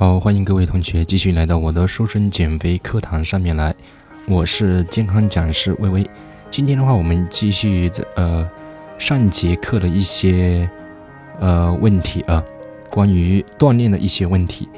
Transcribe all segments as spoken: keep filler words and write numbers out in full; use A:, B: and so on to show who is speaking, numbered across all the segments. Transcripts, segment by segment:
A: 好，欢迎各位同学继续来到我的瘦身减肥课堂上面来，我是健康讲师微微。今天的话，我们继续呃上节课的一些呃问题啊，关于锻炼的一些问题。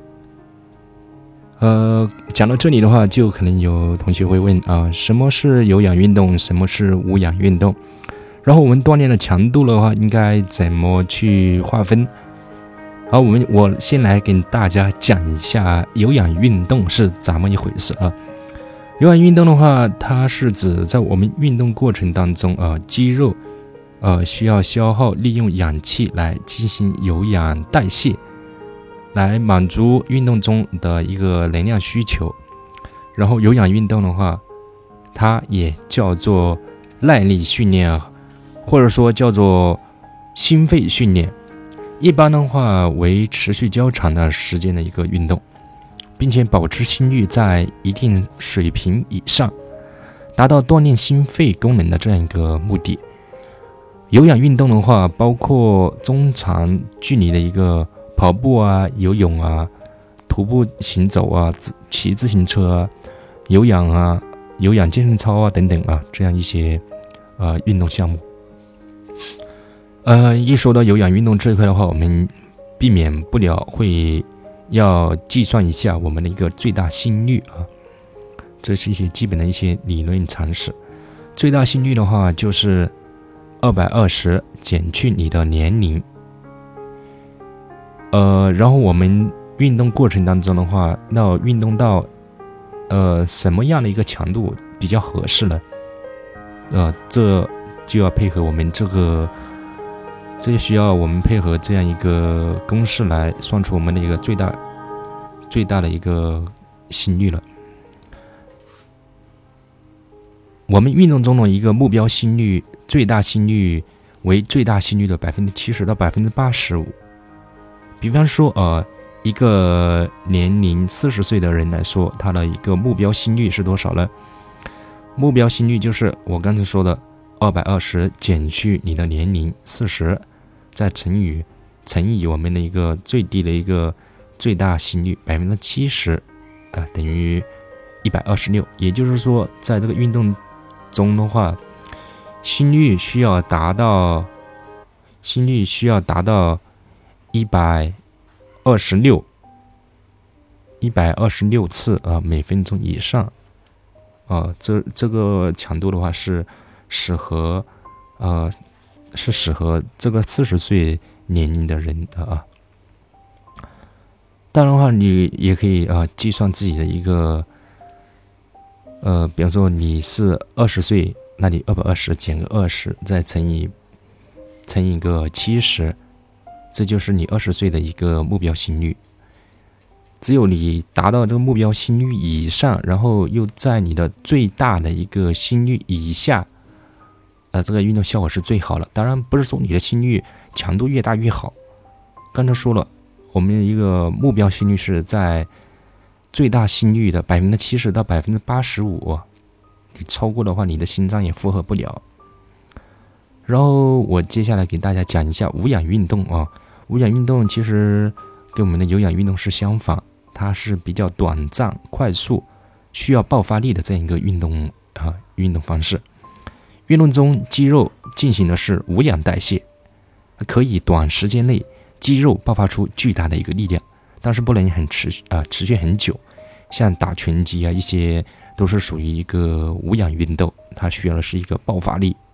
A: 呃，讲到这里的话，就可能有同学会问啊，什么是有氧运动，什么是无氧运动？然后我们锻炼的强度的话，应该怎么去划分？好，我们我先来给大家讲一下有氧运动是怎么一回事啊。有氧运动的话，它是指在我们运动过程当中啊，肌肉呃需要消耗利用氧气来进行有氧代谢，来满足运动中的一个能量需求。然后有氧运动的话，它也叫做耐力训练，或者说叫做心肺训练。一般的话为持续较长的时间的一个运动，并且保持心率在一定水平以上，达到锻炼心肺功能的这样一个目的。有氧运动的话，包括中长距离的一个跑步啊、游泳啊、徒步行走啊、骑自行车啊、有氧啊、有氧健身操啊等等啊，这样一些呃运动项目。呃，一说到有氧运动这一块的话，我们避免不了会要计算一下我们的一个最大心率啊，这是一些基本的一些理论常识。最大心率的话就是二百二十减去你的年龄，呃，然后我们运动过程当中的话，要运动到呃什么样的一个强度比较合适呢？呃，这就要配合我们这个。这就需要我们配合这样一个公式来算出我们的一个最大最大的一个心率了。我们运动中的一个目标心率，最大心率为最大心率的百分之七十到百分之八十五。比方说，呃，一个年龄四十岁的人来说，他的一个目标心率是多少呢？目标心率就是我刚才说的二百二十减去你的年龄四十。再乘以乘以我们的一个最低的一个最大心率百分之七十，啊，等于一百二十六。也就是说，在这个运动中的话，心率需要达到心率需要达到一百二十六一百二十六次啊每分钟以上啊，这这个强度的话是适合呃。是适合这个四十岁年龄的人的啊。当然的话，你也可以啊计算自己的一个呃，比方说你是二十岁，那你二百二十减个二十，再乘以乘以个七十，这就是你二十岁的一个目标心率。只有你达到这个目标心率以上，然后又在你的最大的一个心率以下。呃，这个运动效果是最好了。当然不是说你的心率强度越大越好。刚才说了，我们的一个目标心率是在最大心率的百分之七十到百分之八十五，你超过的话，你的心脏也负荷不了。然后我接下来给大家讲一下无氧运动啊。无氧运动其实跟我们的有氧运动是相反，它是比较短暂、快速、需要爆发力的这样一个运动啊运动方式。运动中，肌肉进行的是无氧代谢，可以短时间内肌肉爆发出巨大的一个力量，但是不能很持续啊、呃、持续很久。像打拳击啊，一些都是属于一个无氧运动，它需要的是一个爆发力。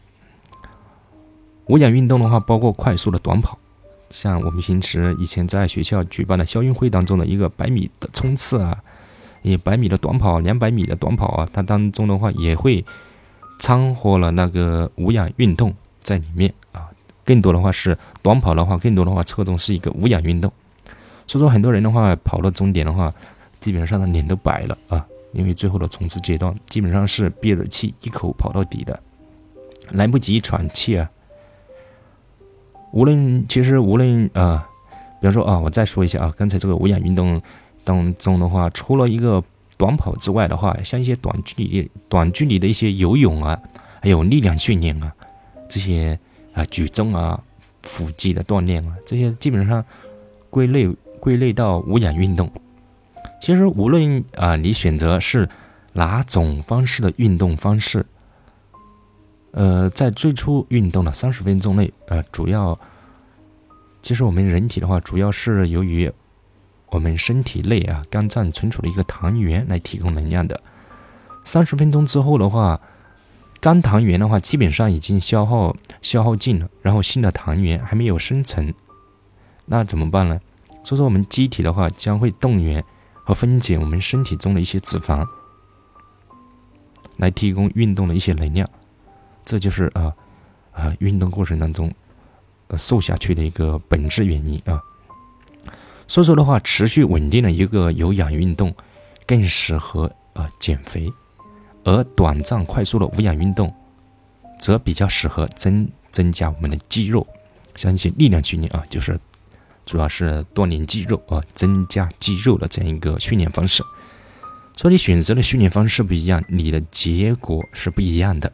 A: 无氧运动的话，包括快速的短跑，像我们平时以前在学校举办的校运会当中的一个百米的冲刺啊，也百米的短跑、两百米的短跑啊，它当中的话也会掺和了那个无氧运动在里面啊，更多的话是短跑的话，更多的话侧重是一个无氧运动。所以说很多人的话跑到终点的话，基本上的脸都白了啊，因为最后的冲刺阶段基本上是憋着气一口跑到底的，来不及喘气啊。无论其实无论呃，比方说啊，我再说一下啊，刚才这个无氧运动当中的话，除了一个短跑之外的话，像一些短距离、短距离的一些游泳啊，还有力量训练啊，这些啊举重啊、腹肌的锻炼啊，这些基本上归类归类到无氧运动。其实无论啊、呃、你选择是哪种方式的运动方式，呃，在最初运动的三十分钟内，呃，主要其实我们人体的话，主要是由于我们身体内啊肝脏存储的一个糖原来提供能量的。三十分钟之后的话，肝糖原的话基本上已经消耗消耗尽了，然后新的糖原还没有生成，那怎么办呢？所以说我们机体的话将会动员和分解我们身体中的一些脂肪，来提供运动的一些能量。这就是啊啊、呃呃、运动过程当中、呃、瘦下去的一个本质原因啊。所以说的话，持续稳定的一个有氧运动更适合呃减肥，而短暂快速的无氧运动则比较适合增增加我们的肌肉，像一些力量训练啊，就是主要是锻炼肌肉啊，增加肌肉的这样一个训练方式。所以你选择的训练方式不一样，你的结果是不一样的。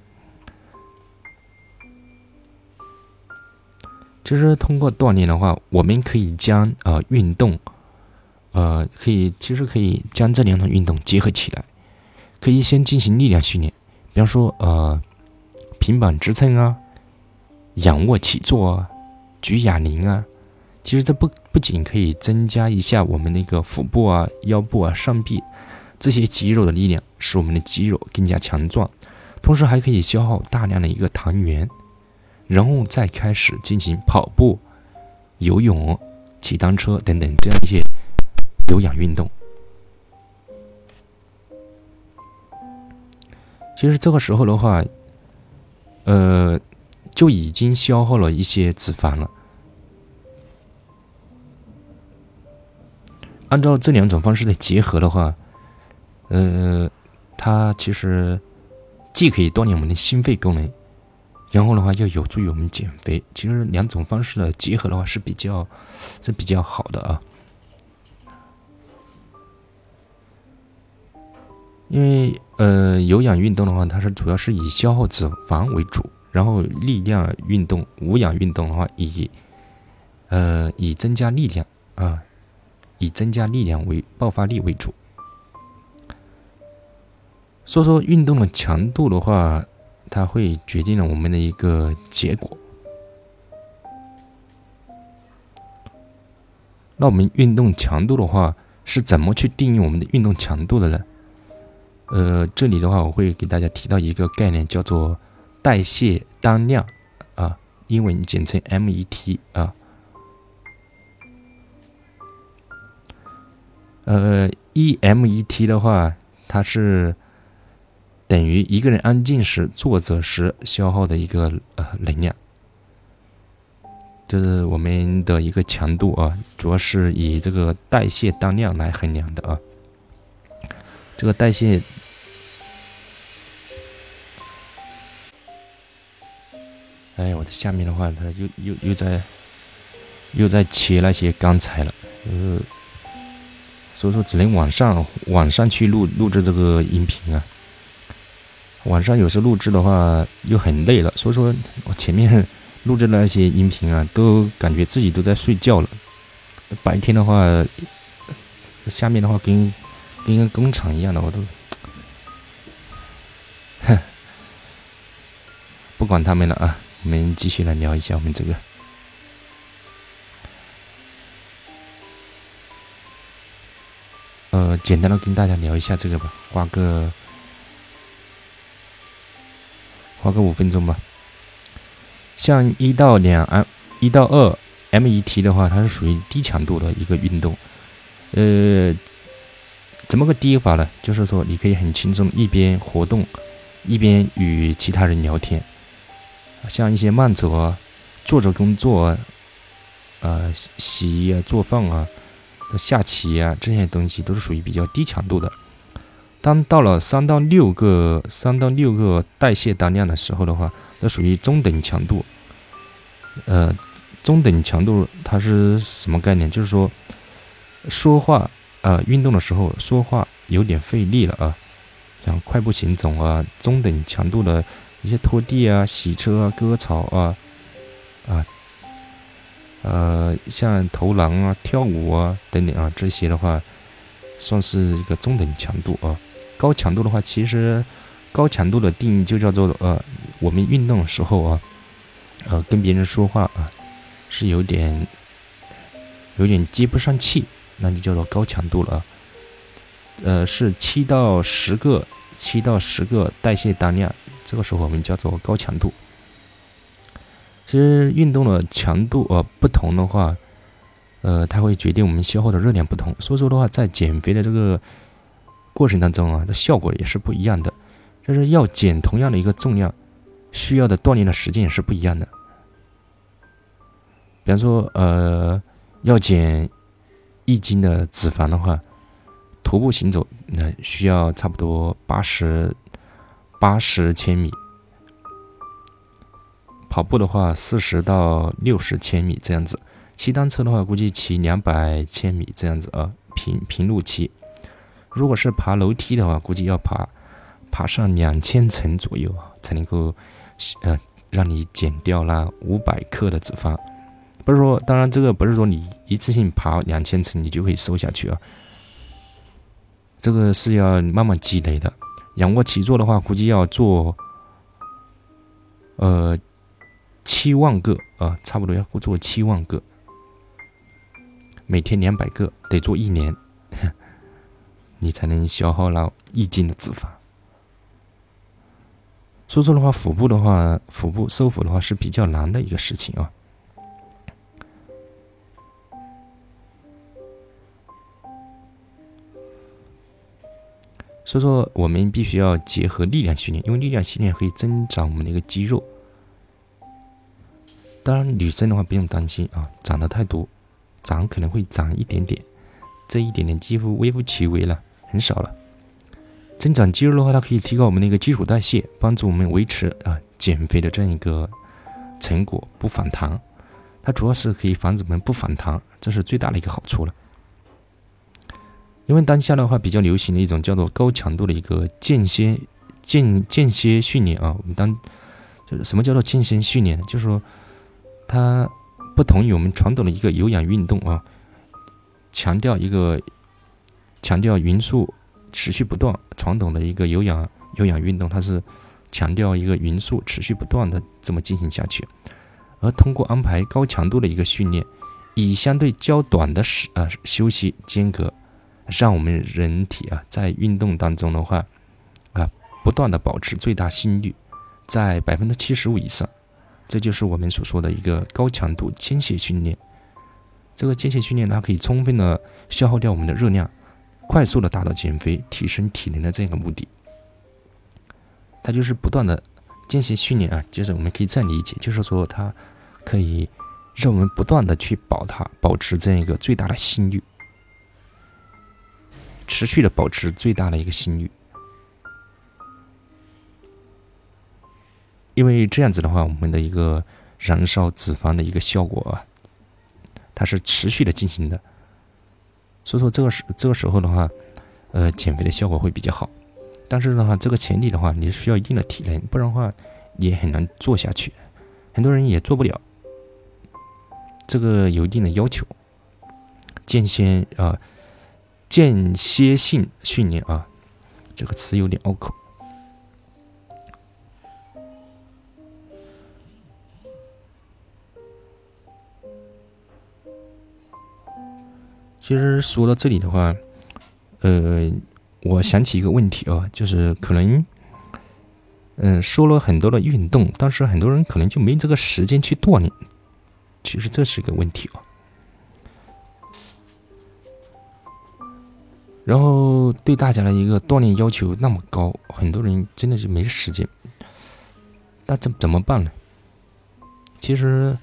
A: 其实通过锻炼的话，我们可以将呃运动，呃可以其实可以将这两种运动结合起来，可以先进行力量训练，比方说呃平板支撑啊、仰卧起坐啊、举哑铃啊。其实这不不仅可以增加一下我们那个腹部啊、腰部啊、上臂这些肌肉的力量，使我们的肌肉更加强壮，同时还可以消耗大量的一个糖原。然后再开始进行跑步、游泳、骑单车等等这样一些有氧运动。其实这个时候的话，呃，就已经消耗了一些脂肪了。按照这两种方式的结合的话，呃，它其实既可以锻炼我们的心肺功能，然后的话又有助于我们减肥。其实两种方式的结合的话是比较是比较好的啊。因为呃有氧运动的话，它是主要是以消耗脂肪为主，然后力量运动、无氧运动的话，以呃以增加力量啊，以增加力量为爆发力为主。所以说运动的强度的话，它会决定了我们的一个结果。那我们运动强度的话，是怎么去定义我们的运动强度的呢？呃，这里的话，我会给大家提到一个概念，叫做代谢单量啊，英文简称 M E T 啊。呃 ，E M E T 的话，它是等于一个人安静时、坐着时消耗的一个呃能量，这是我们的一个强度啊，主要是以这个代谢单量来衡量的啊。这个代谢，哎，我的下面的话，它又又又在又在切那些钢材了，呃，所以说只能晚上晚上去录录制这个音频啊。晚上有时录制的话又很累了，所以说我前面录制的那些音频啊，都感觉自己都在睡觉了。白天的话，下面的话跟跟一个工厂一样的，我都，哼，不管他们了啊。我们继续来聊一下我们这个，呃，简单的跟大家聊一下这个吧，花个。花个五分钟吧。像一到两 M 一到二 M E T 的话，它是属于低强度的一个运动。呃，怎么个低法呢？就是说你可以很轻松一边活动，一边与其他人聊天。像一些慢走啊、坐着工作啊、呃洗衣啊、做饭啊、下棋啊这些东西都是属于比较低强度的。当到了三到六个三到六个代谢单量的时候的话，那属于中等强度。呃，中等强度它是什么概念？就是说，说话呃运动的时候说话有点费力了啊，像快步行走啊，中等强度的一些拖地啊、洗车啊、割草啊啊呃，像投篮啊、跳舞啊等等啊，这些的话，算是一个中等强度啊。高强度的话，其实高强度的定义就叫做呃，我们运动的时候啊，呃，跟别人说话啊，是有点有点接不上气，那就叫做高强度了啊。呃，是七到十个七到十个代谢单量，这个时候我们叫做高强度。其实运动的强度呃不同的话，呃，它会决定我们消耗的热量不同。所以说的话，在减肥的这个过程当中啊，的效果也是不一样的。就是要减同样的一个重量，需要的锻炼的时间也是不一样的。比方说，呃，要减一斤的脂肪的话，徒步行走那、呃、需要差不多八十八十千米，跑步的话四十到六十千米这样子，骑单车的话估计骑两百千米这样子啊，平平路骑。如果是爬楼梯的话，估计要爬爬上两千层左右啊，才能够呃让你减掉那五百克的脂肪。不是说，当然这个不是说你一次性爬两千层你就可以瘦下去啊，这个是要慢慢积累的。仰卧起坐的话，估计要做呃七万个啊，差不多要做七万个，每天两百个，得做一年，你才能消耗到一斤的脂肪。所以说的话，腹部的话，腹部收腹的话是比较难的一个事情啊。所以说，我们必须要结合力量训练，因为力量训练可以增长我们的一个肌肉。当然，女生的话不用担心啊，长得太多，长可能会长一点点，这一点点几乎微乎其微了，很少了。增长肌肉的话，它可以提高我们的一个基础代谢，帮助我们维持啊减肥的这样一个成果不反弹。它主要是可以防止我们不反弹，这是最大的一个好处了。因为当下的话比较流行的一种叫做高强度的一个间歇间间歇训练啊，我们当就是什么叫做间歇训练呢？就是说它不同于我们传统的一个有氧运动啊，强调一个强调匀速持续不断，传统的一个有氧有氧运动它是强调一个匀速持续不断的这么进行下去，而通过安排高强度的一个训练，以相对较短的时呃休息间隔，让我们人体啊在运动当中的话啊不断的保持最大心率在百分之七十五以上，这就是我们所说的一个高强度间歇训练。这个间歇训练它可以充分的消耗掉我们的热量，快速的达到减肥、提升体能的这样一个目的。它就是不断的间歇训练啊，就是我们可以这样理解，就是说它可以让我们不断的去保它保持这样一个最大的心率。持续的保持最大的一个心率，因为这样子的话，我们的一个燃烧脂肪的一个效果啊，它是持续的进行的，所以说这个时这个时候的话，呃，减肥的效果会比较好。但是的话，这个前提的话，你需要一定的体能，不然的话也很难做下去，很多人也做不了。这个有一定的要求，间歇啊。呃间歇性训练啊，这个词有点拗口。其实说到这里的话，呃，我想起一个问题啊，就是可能，嗯、呃，说了很多的运动，但是很多人可能就没这个时间去锻炼，其实这是个问题啊。然后对大家的一个锻炼要求那么高，很多人真的是没时间。那这怎么办呢？其实，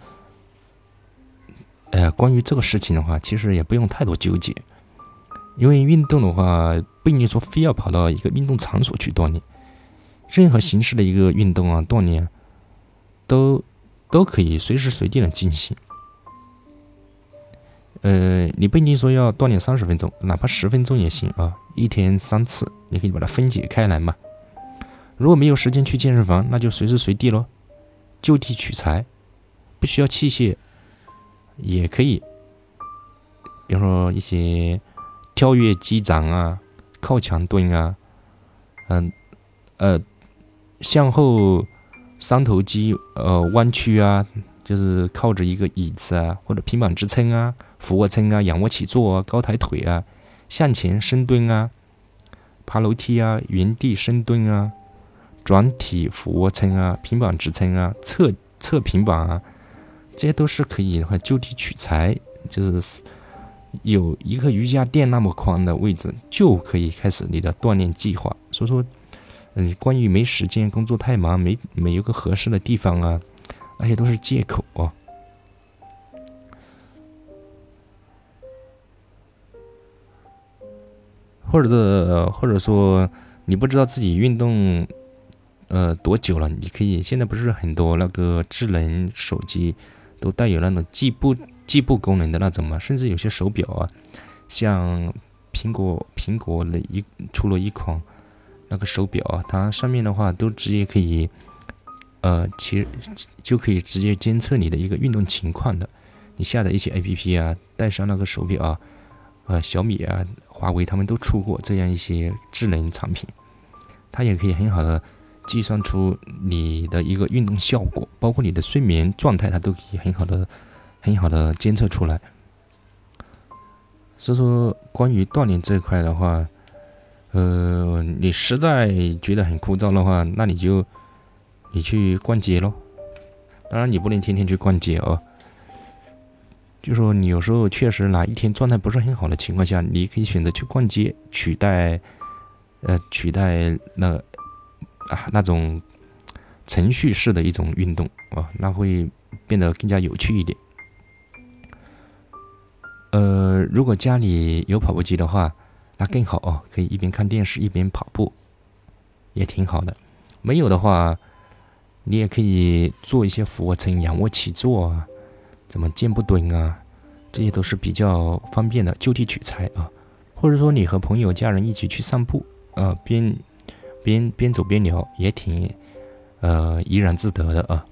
A: 呃，关于这个事情的话，其实也不用太多纠结，因为运动的话，不一定说非要跑到一个运动场所去锻炼，任何形式的一个运动啊、锻炼啊，都都可以随时随地的进行。呃，你不一定说要锻炼三十分钟，哪怕十分钟也行啊。一天三次，你可以把它分解开来嘛。如果没有时间去健身房，那就随时随地咯，就地取材，不需要器械， 也可以，比如说一些跳跃击掌啊、靠墙蹲啊，嗯呃向后三头肌呃弯曲啊，就是靠着一个椅子啊或者平板支撑啊、俯卧撑啊、仰卧起坐啊、高抬腿啊、向前深蹲啊、爬楼梯啊、原地深蹲啊、转体俯卧撑啊、平板支撑啊、侧侧平板啊，这些都是可以的话就地取材，就是有一个瑜伽垫那么宽的位置就可以开始你的锻炼计划。所以说，嗯，关于没时间、工作太忙、没没有个合适的地方啊，那些都是借口哦。或者是或者说你不知道自己运动呃多久了，你可以现在不是很多那个智能手机都带有那种计步计步功能的那种嘛，甚至有些手表啊，像苹果苹果的一出了一款那个手表啊，它上面的话都直接可以呃其实就可以直接监测你的一个运动情况的。你下载一些 A P P 啊，带上那个手表啊，呃小米啊、华为他们都出过这样一些智能产品，它也可以很好的计算出你的一个运动效果，包括你的睡眠状态，它都可以很好的、很好的监测出来。所以说，关于锻炼这一块的话，呃，你实在觉得很枯燥的话，那你就你去逛街咯。当然，你不能天天去逛街哦。就说你有时候确实哪一天状态不是很好的情况下，你可以选择去逛街，取代呃取代那啊那种程序式的一种运动啊，那会变得更加有趣一点。呃，如果家里有跑步机的话，那更好哦，可以一边看电视一边跑步，也挺好的。没有的话，你也可以做一些俯卧撑、仰卧起坐啊，怎么箭步蹲啊，这些都是比较方便的，就地取材啊。或者说你和朋友、家人一起去散步，呃，边边边走边聊，也挺呃怡然自得的啊。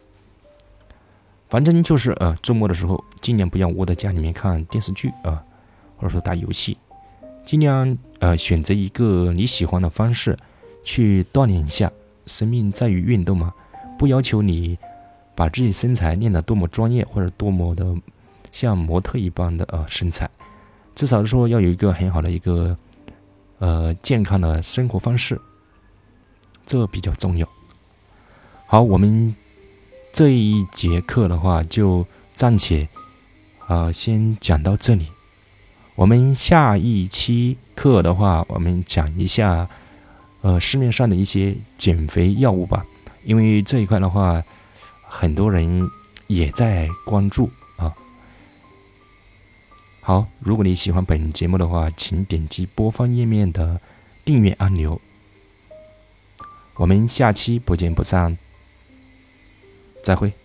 A: 反正就是呃周末的时候，尽量不要窝在家里面看电视剧啊，或者说打游戏，尽量呃选择一个你喜欢的方式去锻炼一下。生命在于运动嘛，不要求你把自己身材练得多么专业，或者多么的像模特一般的呃身材，至少说要有一个很好的一个呃健康的生活方式，这比较重要。好，我们这一节课的话就暂且啊、呃、先讲到这里。我们下一期课的话，我们讲一下呃市面上的一些减肥药物吧，因为这一块的话，很多人也在关注啊。好，如果你喜欢本节目的话，请点击播放页面的订阅按钮。我们下期不见不散，再会。